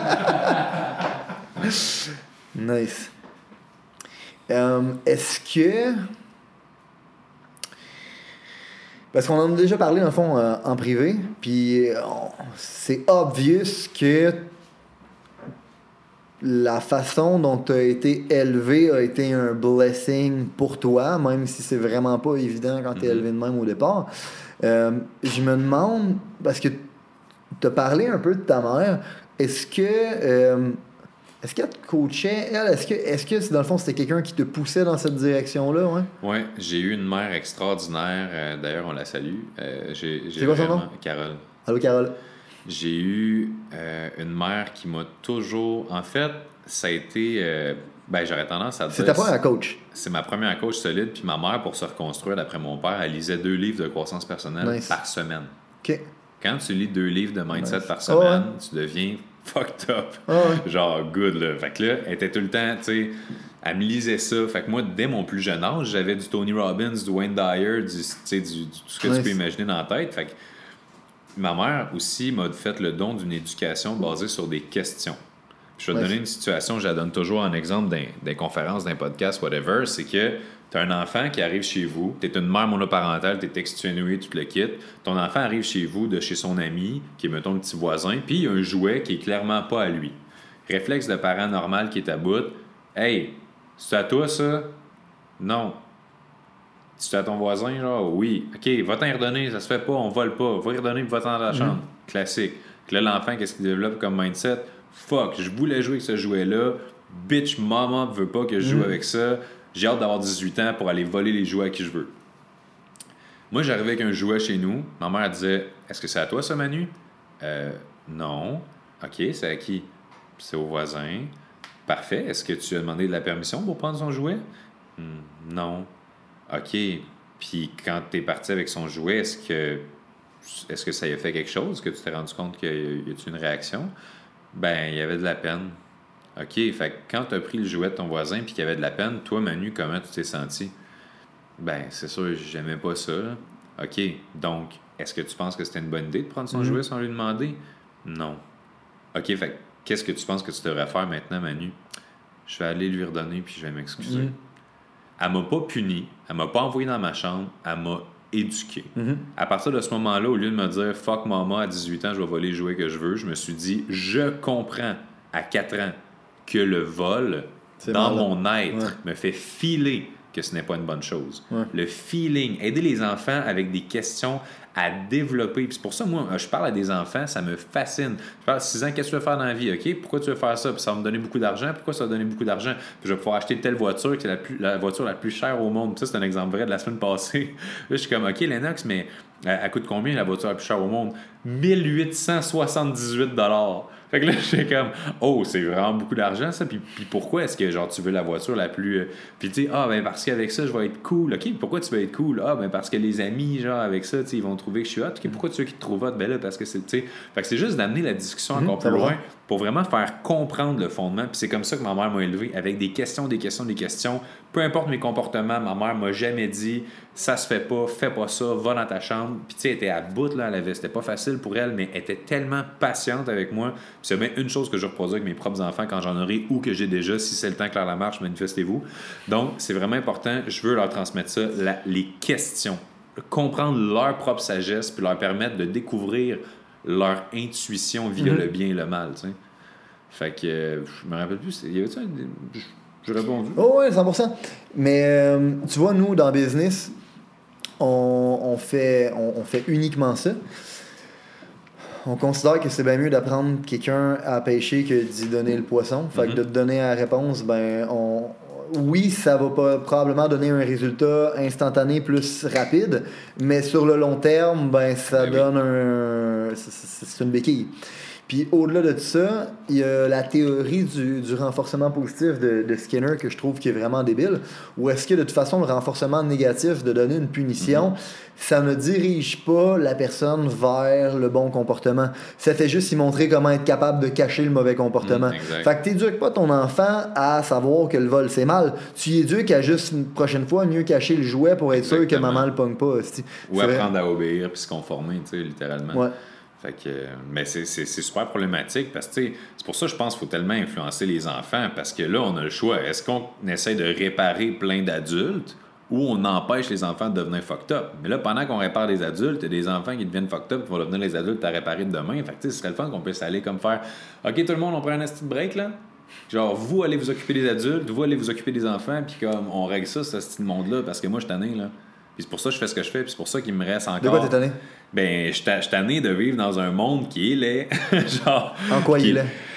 Nice. Um, est-ce que... Parce qu'on en a déjà parlé, dans le fond, euh, en privé, puis euh, c'est obvious que la façon dont tu as été élevé a été un blessing pour toi, même si c'est vraiment pas évident quand tu es mm-hmm. élevé de même au départ. Euh, je me demande, parce que tu as parlé un peu de ta mère, est-ce que... Euh, Est-ce qu'elle te coachait, elle? Est-ce que, est-ce que dans le fond, c'était quelqu'un qui te poussait dans cette direction-là? Ouais, ouais, j'ai eu une mère extraordinaire. Euh, d'ailleurs, on la salue. Euh, j'ai, j'ai C'est quoi son vraiment... nom? Carole. Allô, Carole. J'ai eu euh, une mère qui m'a toujours... En fait, ça a été... Euh... Ben, j'aurais tendance à dire... C'est ta première coach? C'est ma première coach solide. Puis ma mère, pour se reconstruire, d'après mon père, elle lisait deux livres de croissance personnelle Nice. par semaine. OK. Quand tu lis deux livres de mindset Nice. par semaine, Oh, ouais. tu deviens fucked up. Oh, ouais. Genre good, là. Fait que là, elle était tout le temps, tu sais, elle me lisait ça. Fait que moi, dès mon plus jeune âge, j'avais du Tony Robbins, du Wayne Dyer, du, tu sais, du, du, tout ce que Nice. tu peux imaginer dans la tête. Fait que ma mère aussi m'a fait le don d'une éducation basée sur des questions. Puis je vais te Nice. donner une situation, je la donne toujours en exemple dans des conférences, d'un podcast, whatever, c'est que tu as un enfant qui arrive chez vous, tu es une mère monoparentale, tu es exténué, tu te le quittes. Ton enfant arrive chez vous de chez son ami, qui est, mettons, le petit voisin, puis il y a un jouet qui est clairement pas à lui. Réflexe de parent normal qui est à bout. Hey, c'est à toi ça? Non. C'est à ton voisin, genre? Oui. OK, va t'en redonner, ça se fait pas, on vole pas. Va y redonner, puis va-t'en dans la chambre. Mm. Classique. Puis là, l'enfant, qu'est-ce qu'il développe comme mindset? Fuck, je voulais jouer avec ce jouet-là. Bitch, maman veut pas que je joue mm. avec ça. J'ai hâte d'avoir dix-huit ans pour aller voler les jouets à qui je veux. Moi, j'arrivais avec un jouet chez nous. Ma mère disait, est-ce que c'est à toi ça, Manu? Euh, non. OK, c'est à qui? C'est au voisin. Parfait. Est-ce que tu as demandé de la permission pour prendre son jouet? Hmm, non. OK. Puis quand tu es parti avec son jouet, est-ce que est-ce que ça y a fait quelque chose? Est-ce que tu t'es rendu compte qu'il y a eu une réaction? Ben, il y avait de la peine. OK. Fait que quand tu as pris le jouet de ton voisin puis qu'il y avait de la peine, toi, Manu, comment tu t'es senti? Ben, c'est sûr, j'aimais pas ça. Là. OK. Donc, est-ce que tu penses que c'était une bonne idée de prendre son mm-hmm. jouet sans lui demander? Non. OK. Fait qu'est-ce que tu penses que tu devrais faire maintenant, Manu? Je vais aller lui redonner puis je vais m'excuser. Mm-hmm. Elle m'a pas puni, elle m'a pas envoyé dans ma chambre, elle m'a éduqué. Mm-hmm. À partir de ce moment-là, au lieu de me dire « fuck maman, à dix-huit ans, je vais voler les jouets que je veux », je me suis dit « je comprends à quatre ans que le vol, c'est dans mal, mon être, ouais. me fait filer que ce n'est pas une bonne chose. Ouais. Le feeling, aider les enfants avec des questions à développer. Puis c'est pour ça, moi, je parle à des enfants, ça me fascine. Je parle six ans, qu'est-ce que tu veux faire dans la vie? OK, pourquoi tu veux faire ça? Puis ça va me donner beaucoup d'argent. Pourquoi ça va donner beaucoup d'argent? Puis je vais pouvoir acheter telle voiture qui est la, plus, la voiture la plus chère au monde. Puis ça, c'est un exemple vrai de la semaine passée. Là, je suis comme, OK, Lennox, mais elle, elle coûte combien la voiture la plus chère au monde? mille huit cent soixante-dix-huit dollars. Fait que là, je suis comme, oh, c'est vraiment beaucoup d'argent, ça. Puis, puis pourquoi est-ce que, genre, tu veux la voiture la plus. Euh... Puis, tu sais, ah, ben, parce qu'avec ça, je vais être cool. OK, pourquoi tu veux être cool? Ah, ben, parce que les amis, genre, avec ça, tu sais, ils vont trouver que je suis hot. OK, pourquoi tu veux qu'ils te trouvent hot? Ben là, parce que c'est, tu sais. Fait que c'est juste d'amener la discussion encore mmh, plus loin pour vraiment faire comprendre le fondement. Puis c'est comme ça que ma mère m'a élevé, avec des questions, des questions, des questions. Peu importe mes comportements, ma mère m'a jamais dit, ça se fait pas, fais pas ça, va dans ta chambre. Puis, tu sais, elle était à bout, là, elle avait, c'était pas facile pour elle, mais elle était tellement patiente avec moi. Puis c'est bien une chose que je reproduis avec mes propres enfants quand j'en aurai ou que j'ai déjà. Si c'est le temps, Claire Lamarche, manifestez-vous. Donc, c'est vraiment important. Je veux leur transmettre ça, la, les questions. Comprendre leur propre sagesse, puis leur permettre de découvrir leur intuition via mm-hmm. le bien et le mal, tu sais. Fait que, euh, je me rappelle plus, il y avait-tu un... J'ai répondu. Oh oui, cent pour cent. Mais euh, tu vois, nous, dans le business, on, on, fait, on, on fait uniquement ça. On considère que c'est bien mieux d'apprendre quelqu'un à pêcher que d'y donner le poisson. Fait mm-hmm. que de te donner la réponse, ben, on, oui, ça va pas probablement donner un résultat instantané plus rapide, mais sur le long terme, ben, ça ben donne oui. un... C'est, c'est une béquille. Puis au-delà de ça, il y a la théorie du, du renforcement positif de, de Skinner que je trouve qui est vraiment débile. Ou est-ce que de toute façon, le renforcement négatif de donner une punition, mm-hmm. ça ne dirige pas la personne vers le bon comportement. Ça fait juste y montrer comment être capable de cacher le mauvais comportement. Mm, fait que t'éduques pas ton enfant à savoir que le vol c'est mal. Tu y éduques à juste une prochaine fois mieux cacher le jouet pour être Exactement. sûr que maman le pogne pas. C'est Ou apprendre vrai. à obéir puis se conformer, tu sais, littéralement. Ouais. Fait que, mais c'est, c'est, c'est super problématique parce que c'est pour ça que je pense qu'il faut tellement influencer les enfants parce que là, on a le choix. Est-ce qu'on essaie de réparer plein d'adultes ou on empêche les enfants de devenir fucked up? Mais là, pendant qu'on répare des adultes, il y a des enfants qui deviennent fucked up qui vont devenir les adultes à réparer de demain. Fait que ce serait le fun qu'on puisse aller comme faire OK, tout le monde, on prend un petit break là. Genre, vous allez vous occuper des adultes, vous allez vous occuper des enfants, puis comme on règle ça, ce style monde-là, parce que moi, je suis tanné, là. Puis c'est pour ça que je fais ce que je fais, puis c'est pour ça qu'il me reste encore. De quoi t'es tanné? Ben, je suis tanné de vivre dans un monde qui est laid. Genre. En quoi qui... il est laid?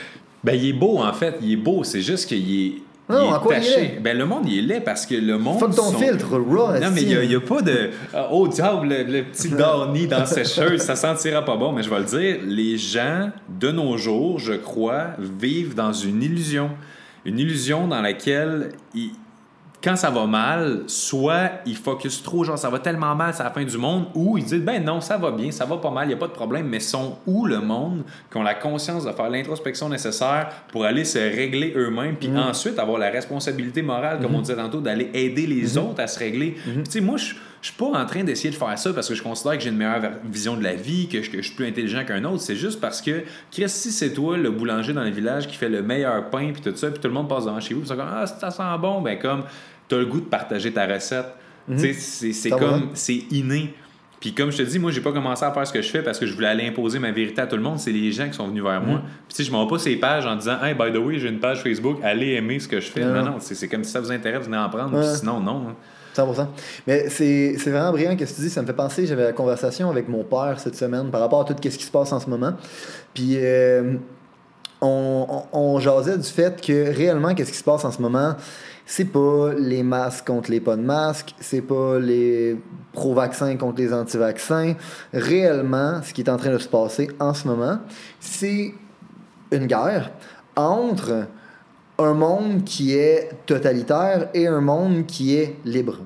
Ben, il est beau, en fait. Il est beau. C'est juste qu'il est... Non, il est en quoi taché. il est laid? Ben, le monde, il est laid parce que le monde... Fuck ton sont... filtre, raw. Non, mais il n'y a, a pas de... Oh, diable, le, le petit Darny dans la sécheuse, ça sentira pas bon. Mais je vais le dire, les gens, de nos jours, je crois, vivent dans une illusion. Une illusion dans laquelle... Ils... Quand ça va mal, soit ils focusent trop, genre ça va tellement mal, c'est la fin du monde, ou ils disent ben non, ça va bien, ça va pas mal, il n'y a pas de problème, mais sont où le monde qui ont la conscience de faire l'introspection nécessaire pour aller se régler eux-mêmes, puis mm. ensuite avoir la responsabilité morale, comme mm-hmm. on disait tantôt, d'aller aider les mm-hmm. autres à se régler. Mm-hmm. Tu sais, moi, je je suis pas en train d'essayer de faire ça parce que je considère que j'ai une meilleure vision de la vie, que je, que je suis plus intelligent qu'un autre. C'est juste parce que, Chris, si c'est toi, le boulanger dans le village qui fait le meilleur pain, puis tout ça, puis tout le monde passe devant chez vous, puis ça comme ah, ça sent bon, ben comme t'as le goût de partager ta recette. Mm-hmm. Tu sais, c'est, c'est comme, vrai? C'est inné. Puis comme je te dis, moi, j'ai pas commencé à faire ce que je fais parce que je voulais aller imposer ma vérité à tout le monde. C'est les gens qui sont venus vers mm-hmm. moi. Puis tu sais, je m'en vais pas ces pages en disant hey, by the way, j'ai une page Facebook, allez aimer ce que je fais. Mm-hmm. Non, non, c'est, c'est comme si ça vous intéresse, venez en prendre. Mm-hmm. Puis sinon, non. Hein. cent pour cent. Mais c'est, c'est vraiment brillant ce que tu dis. Ça me fait penser, j'avais la conversation avec mon père cette semaine par rapport à tout ce qui se passe en ce moment. Puis euh, on, on, on jasait du fait que réellement, qu'est-ce qui se passe en ce moment, c'est pas les masques contre les pas de masques, c'est pas les pro-vaccins contre les anti-vaccins. Réellement, ce qui est en train de se passer en ce moment, c'est une guerre entre un monde qui est totalitaire et un monde qui est libre.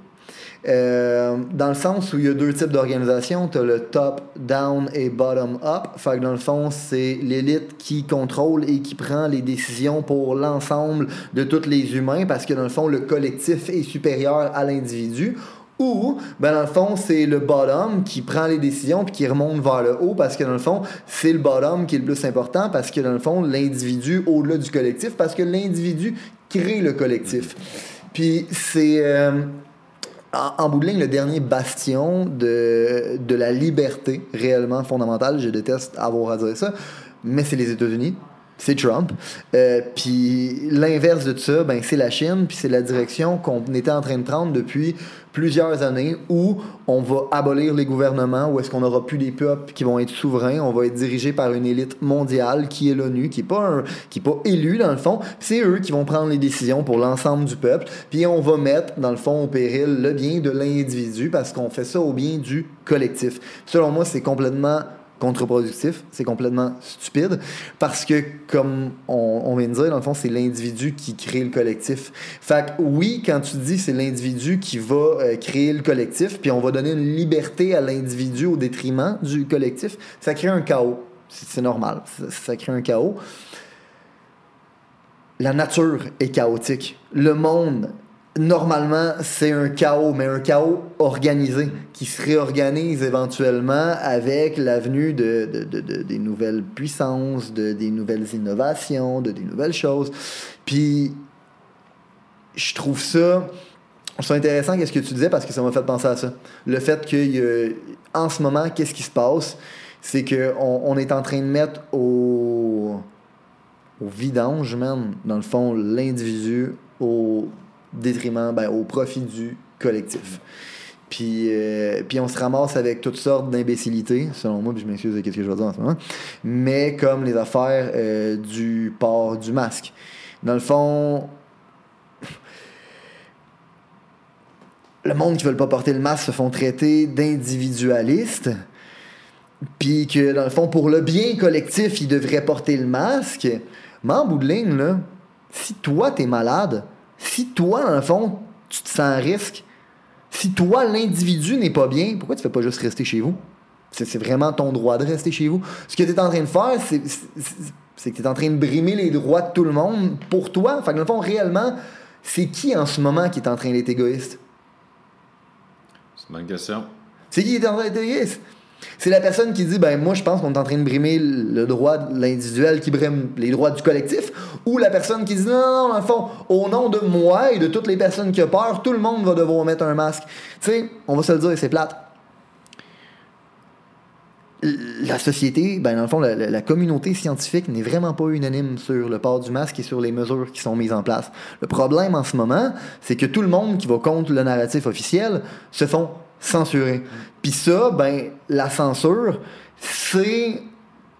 Euh, dans le sens où il y a deux types d'organisations, tu as le top-down et bottom-up. Fait que dans le fond, c'est l'élite qui contrôle et qui prend les décisions pour l'ensemble de tous les humains parce que dans le fond, le collectif est supérieur à l'individu. Ou, ben dans le fond, c'est le bottom qui prend les décisions puis qui remonte vers le haut parce que dans le fond, c'est le bottom qui est le plus important parce que dans le fond, l'individu au-delà du collectif parce que l'individu crée le collectif. Puis c'est... Euh, En, en bout de ligne, le dernier bastion de, de la liberté réellement fondamentale, je déteste avoir à dire ça, mais c'est les États-Unis, c'est Trump. Euh, puis l'inverse de tout ça, ben, c'est la Chine, puis c'est la direction qu'on était en train de prendre depuis plusieurs années où on va abolir les gouvernements, où est-ce qu'on n'aura plus des peuples qui vont être souverains, on va être dirigé par une élite mondiale qui est l'ONU, qui n'est pas, un, qui est pas élue dans le fond, puis c'est eux qui vont prendre les décisions pour l'ensemble du peuple, puis on va mettre dans le fond au péril le bien de l'individu parce qu'on fait ça au bien du collectif. Selon moi, c'est complètement contre-productif, c'est complètement stupide parce que, comme on, on vient de dire, dans le fond, c'est l'individu qui crée le collectif. Fait que oui, quand tu dis c'est l'individu qui va euh, créer le collectif, puis on va donner une liberté à l'individu au détriment du collectif, ça crée un chaos. C'est, c'est normal, ça, ça crée un chaos. La nature est chaotique. Le monde... Normalement, c'est un chaos, mais un chaos organisé qui se réorganise éventuellement avec l'avenue de, de, de, de, des nouvelles puissances, de, des nouvelles innovations, de des nouvelles choses. Puis, je trouve ça, c'est intéressant qu'est-ce que tu disais parce que ça m'a fait penser à ça. Le fait qu'en ce moment, qu'est-ce qui se passe? C'est qu'on on est en train de mettre au, au vidange, même, dans le fond, l'individu au détriment, ben, au profit du collectif. Puis, euh, puis on se ramasse avec toutes sortes d'imbécilités, selon moi, puis je m'excuse de ce que je vais dire en ce moment, mais comme les affaires euh, du port du masque. Dans le fond, le monde qui ne veut pas porter le masque se font traiter d'individualistes, puis que, dans le fond, pour le bien collectif, ils devraient porter le masque. Mais en bout de ligne, là, si toi, t'es malade, si toi, dans le fond, tu te sens à risque, si toi, l'individu n'est pas bien, pourquoi tu ne fais pas juste rester chez vous? C'est, c'est vraiment ton droit de rester chez vous. Ce que tu es en train de faire, c'est, c'est, c'est que tu es en train de brimer les droits de tout le monde pour toi. Fait que dans le fond, réellement, c'est qui en ce moment qui est en train d'être égoïste? C'est une bonne question. C'est qui qui est en train d'être égoïste? C'est la personne qui dit, ben moi je pense qu'on est en train de brimer le droit de l'individuel qui brime les droits du collectif, ou la personne qui dit, non, non, non, dans le fond, au nom de moi et de toutes les personnes qui ont peur, tout le monde va devoir mettre un masque. Tu sais, on va se le dire, c'est plate. La société, ben dans le fond, la, la communauté scientifique n'est vraiment pas unanime sur le port du masque et sur les mesures qui sont mises en place. Le problème en ce moment, c'est que tout le monde qui va contre le narratif officiel se font censurer. Puis ça, ben, la censure, c'est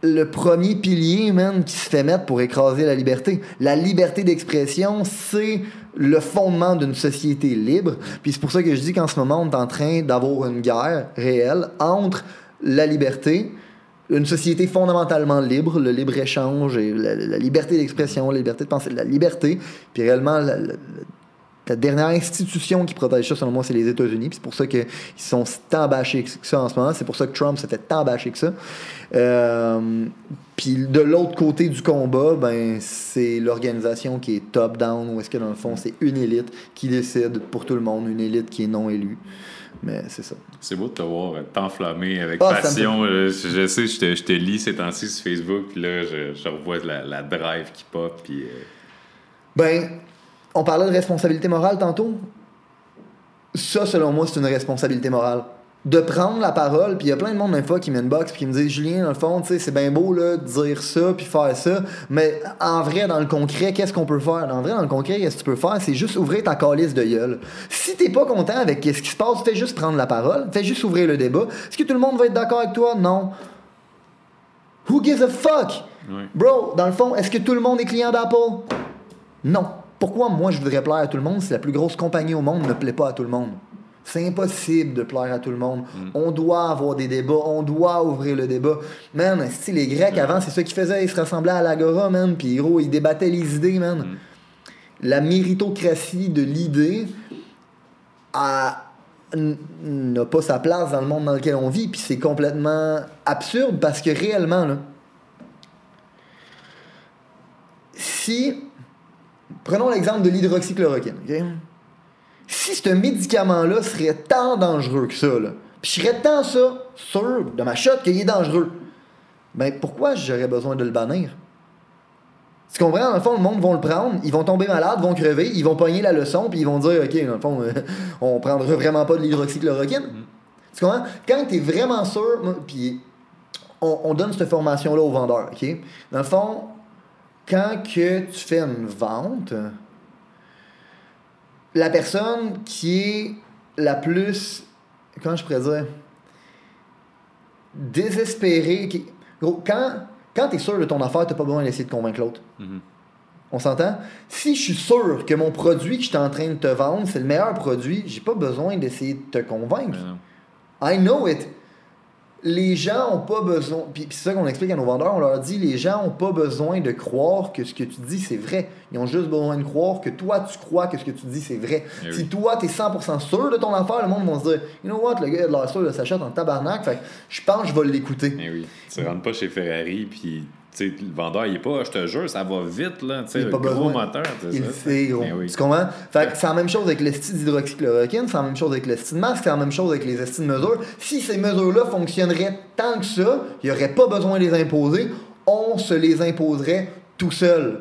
le premier pilier, man, qui se fait mettre pour écraser la liberté. La liberté d'expression, c'est le fondement d'une société libre. Puis c'est pour ça que je dis qu'en ce moment, on est en train d'avoir une guerre réelle entre la liberté, une société fondamentalement libre, le libre-échange et la, la liberté d'expression, la liberté de penser, la liberté, puis réellement la, la, la dernière institution qui protège ça, selon moi, c'est les États-Unis. Puis c'est pour ça qu'ils sont tant bâchés que ça en ce moment. C'est pour ça que Trump se fait tant bâcher que ça. Euh, puis de l'autre côté du combat, ben, c'est l'organisation qui est top-down, où est-ce que dans le fond, c'est une élite qui décide pour tout le monde, une élite qui est non élue. Mais c'est ça. C'est beau de te voir t'enflammer avec ah, passion. Je, je sais, je te, je te lis ces temps-ci sur Facebook, puis là, je, je revois la, la drive qui pop. Puis, euh... Ben, on parlait de responsabilité morale tantôt. Ça, selon moi, c'est une responsabilité morale. De prendre la parole, puis il y a plein de monde, même fois, qui m'inbox puis qui me disent « Julien, dans le fond, tu sais, c'est bien beau, là, de dire ça, puis faire ça, mais en vrai, dans le concret, qu'est-ce qu'on peut faire? En vrai, dans le concret, qu'est-ce que tu peux faire? C'est juste ouvrir ta calice de gueule. Si t'es pas content avec ce qui se passe, fais juste prendre la parole, fais juste ouvrir le débat. Est-ce que tout le monde va être d'accord avec toi? Non. Who gives a fuck? Oui. Bro, dans le fond, est-ce que tout le monde est client d'Apple? Non. Pourquoi moi, je voudrais plaire à tout le monde si la plus grosse compagnie au monde ne plaît pas à tout le monde? C'est impossible de plaire à tout le monde. Mm. On doit avoir des débats, on doit ouvrir le débat. Man, si les Grecs, avant, c'est ça qu'ils faisaient, ils se rassemblaient à l'agora, man, puis gros, ils débattaient les idées, man. Mm. La méritocratie de l'idée a... n'a pas sa place dans le monde dans lequel on vit, puis c'est complètement absurde, parce que réellement, là, si... Prenons l'exemple de l'hydroxychloroquine, OK? Si ce médicament-là serait tant dangereux que ça, là, puis je serais tant ça, sûr, de ma shot, qu'il est dangereux, ben pourquoi j'aurais besoin de le bannir? Tu comprends? Dans le fond, le monde va le prendre, ils vont tomber malades, vont crever, ils vont pogner la leçon, puis ils vont dire, OK, dans le fond, euh, on prendra vraiment pas de l'hydroxychloroquine. Mm. Tu comprends? Quand t'es vraiment sûr, puis on, on donne cette formation-là aux vendeurs, OK? Dans le fond, quand que tu fais une vente, la personne qui est la plus, comment je pourrais dire, désespérée, qui, gros, quand, quand tu es sûr de ton affaire, tu n'as pas besoin d'essayer de convaincre l'autre. Mm-hmm. On s'entend? Si je suis sûr que mon produit que je suis en train de te vendre, c'est le meilleur produit, j'ai pas besoin d'essayer de te convaincre. Mm-hmm. I know it. Les gens ont pas besoin, puis c'est ça qu'on explique à nos vendeurs, on leur dit, les gens ont pas besoin de croire que ce que tu dis c'est vrai. Ils ont juste besoin de croire que toi tu crois que ce que tu dis c'est vrai. Et si oui. Toi t'es cent pour cent sûr de ton affaire, le monde va se dire, you know what, le gars il a de l'air sûr de s'achète en tabarnak, fait que je pense que je vais l'écouter. Et oui, tu rentres pas chez Ferrari, puis tu sais, le vendeur, il est pas, je te jure, ça va vite, là, tu sais, le gros besoin. Moteur, c'est il ça. Fait, gros. Oui. Tu comprends? Fait que c'est la même chose avec le style d'hydroxychloroquine, c'est la même chose avec le style de masque, c'est la même chose avec les estimes de mesures. Si ces mesures-là fonctionneraient tant que ça, il n'y aurait pas besoin de les imposer, on se les imposerait tout seul.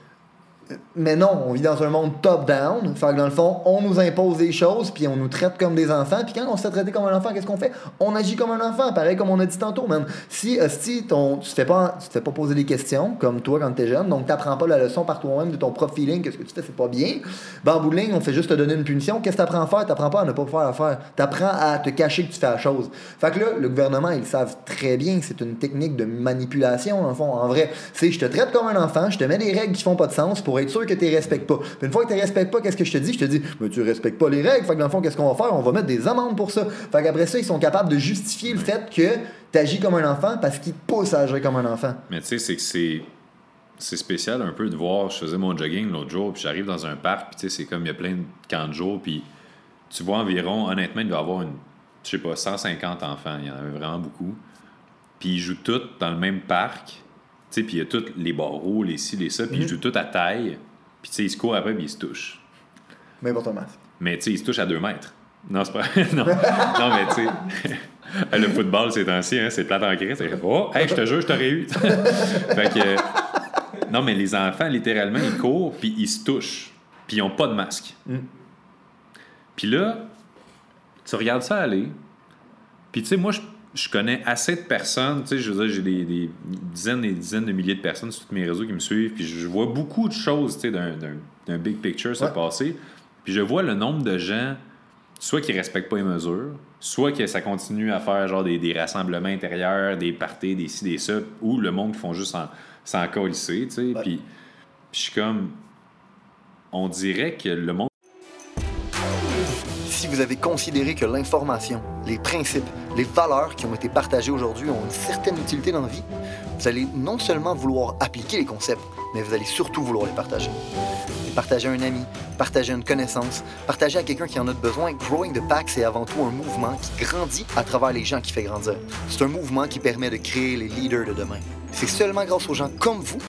Mais non, on vit dans un monde top-down. Fait que dans le fond, on nous impose des choses, puis on nous traite comme des enfants. Puis quand on se fait traiter comme un enfant, qu'est-ce qu'on fait? On agit comme un enfant, pareil comme on a dit tantôt, man. Si, si ton, tu ne te fais pas, tu te fais pas poser des questions, comme toi quand tu es jeune, donc tu n'apprends pas la leçon par toi-même de ton propre feeling, que ce que tu fais, c'est pas bien, ben en bout de ligne, on fait juste te donner une punition. Qu'est-ce que tu apprends à faire? Tu n'apprends pas à ne pas faire l'affaire. Tu apprends à te cacher que tu fais la chose. Fait que là, le gouvernement, ils savent très bien que c'est une technique de manipulation, dans le fond. En vrai, c'est je te traite comme un enfant, je te mets des règles qui font pas de sens pour être sûr que tu respectes pas. Puis une fois que tu respectes pas, qu'est-ce que je te dis? Je te dis, mais tu respectes pas les règles. Fait que dans le fond, qu'est-ce qu'on va faire? On va mettre des amendes pour ça. Fait qu'après ça, ils sont capables de justifier le fait que tu agis comme un enfant parce qu'ils te poussent à agir comme un enfant. Mais tu sais, c'est que c'est... c'est spécial un peu de voir, je faisais mon jogging l'autre jour, puis j'arrive dans un parc, puis tu sais, c'est comme il y a plein de camps de jour, puis tu vois environ, honnêtement, il doit y avoir une, je sais pas, cent cinquante enfants, il y en avait vraiment beaucoup. Puis ils jouent tous dans le même parc, tu sais, puis il y a tous les barreaux, les ci, les ça, puis mm-hmm. ils jouent tous à taille. Puis, tu sais, ils se courent après, puis ils se touchent. Mais pour ton masque. Mais, tu sais, ils se touchent à deux mètres. Non, c'est pas. non. non, mais, tu sais, le football, c'est ancien, hein, c'est plate en crise. C'est oh, hey, je te jure, je t'aurais eu. Fait que. Euh, non, mais les enfants, littéralement, ils courent, puis ils se touchent. Puis, ils n'ont pas de masque. Mm. Puis là, tu regardes ça aller. Puis, tu sais, moi, je. Je connais assez de personnes, tu sais, je veux dire, j'ai des, des dizaines et des dizaines de milliers de personnes sur tous mes réseaux qui me suivent, puis je vois beaucoup de choses, tu sais, d'un, d'un, d'un big picture se ouais. passer, puis je vois le nombre de gens soit qu'ils respectent pas les mesures, soit que ça continue à faire genre des, des rassemblements intérieurs, des parties, des ci, des ça, où le monde font juste s'en, s'en colisser, tu sais. Ouais. Puis je suis comme... On dirait que le monde... Si vous avez considéré que l'information, les principes, les valeurs qui ont été partagées aujourd'hui ont une certaine utilité dans la vie, vous allez non seulement vouloir appliquer les concepts, mais vous allez surtout vouloir les partager. Les partager à un ami, partager à une connaissance, partager à quelqu'un qui en a besoin. Growing the Pack, c'est avant tout un mouvement qui grandit à travers les gens qui fait grandir. C'est un mouvement qui permet de créer les leaders de demain. C'est seulement grâce aux gens comme vous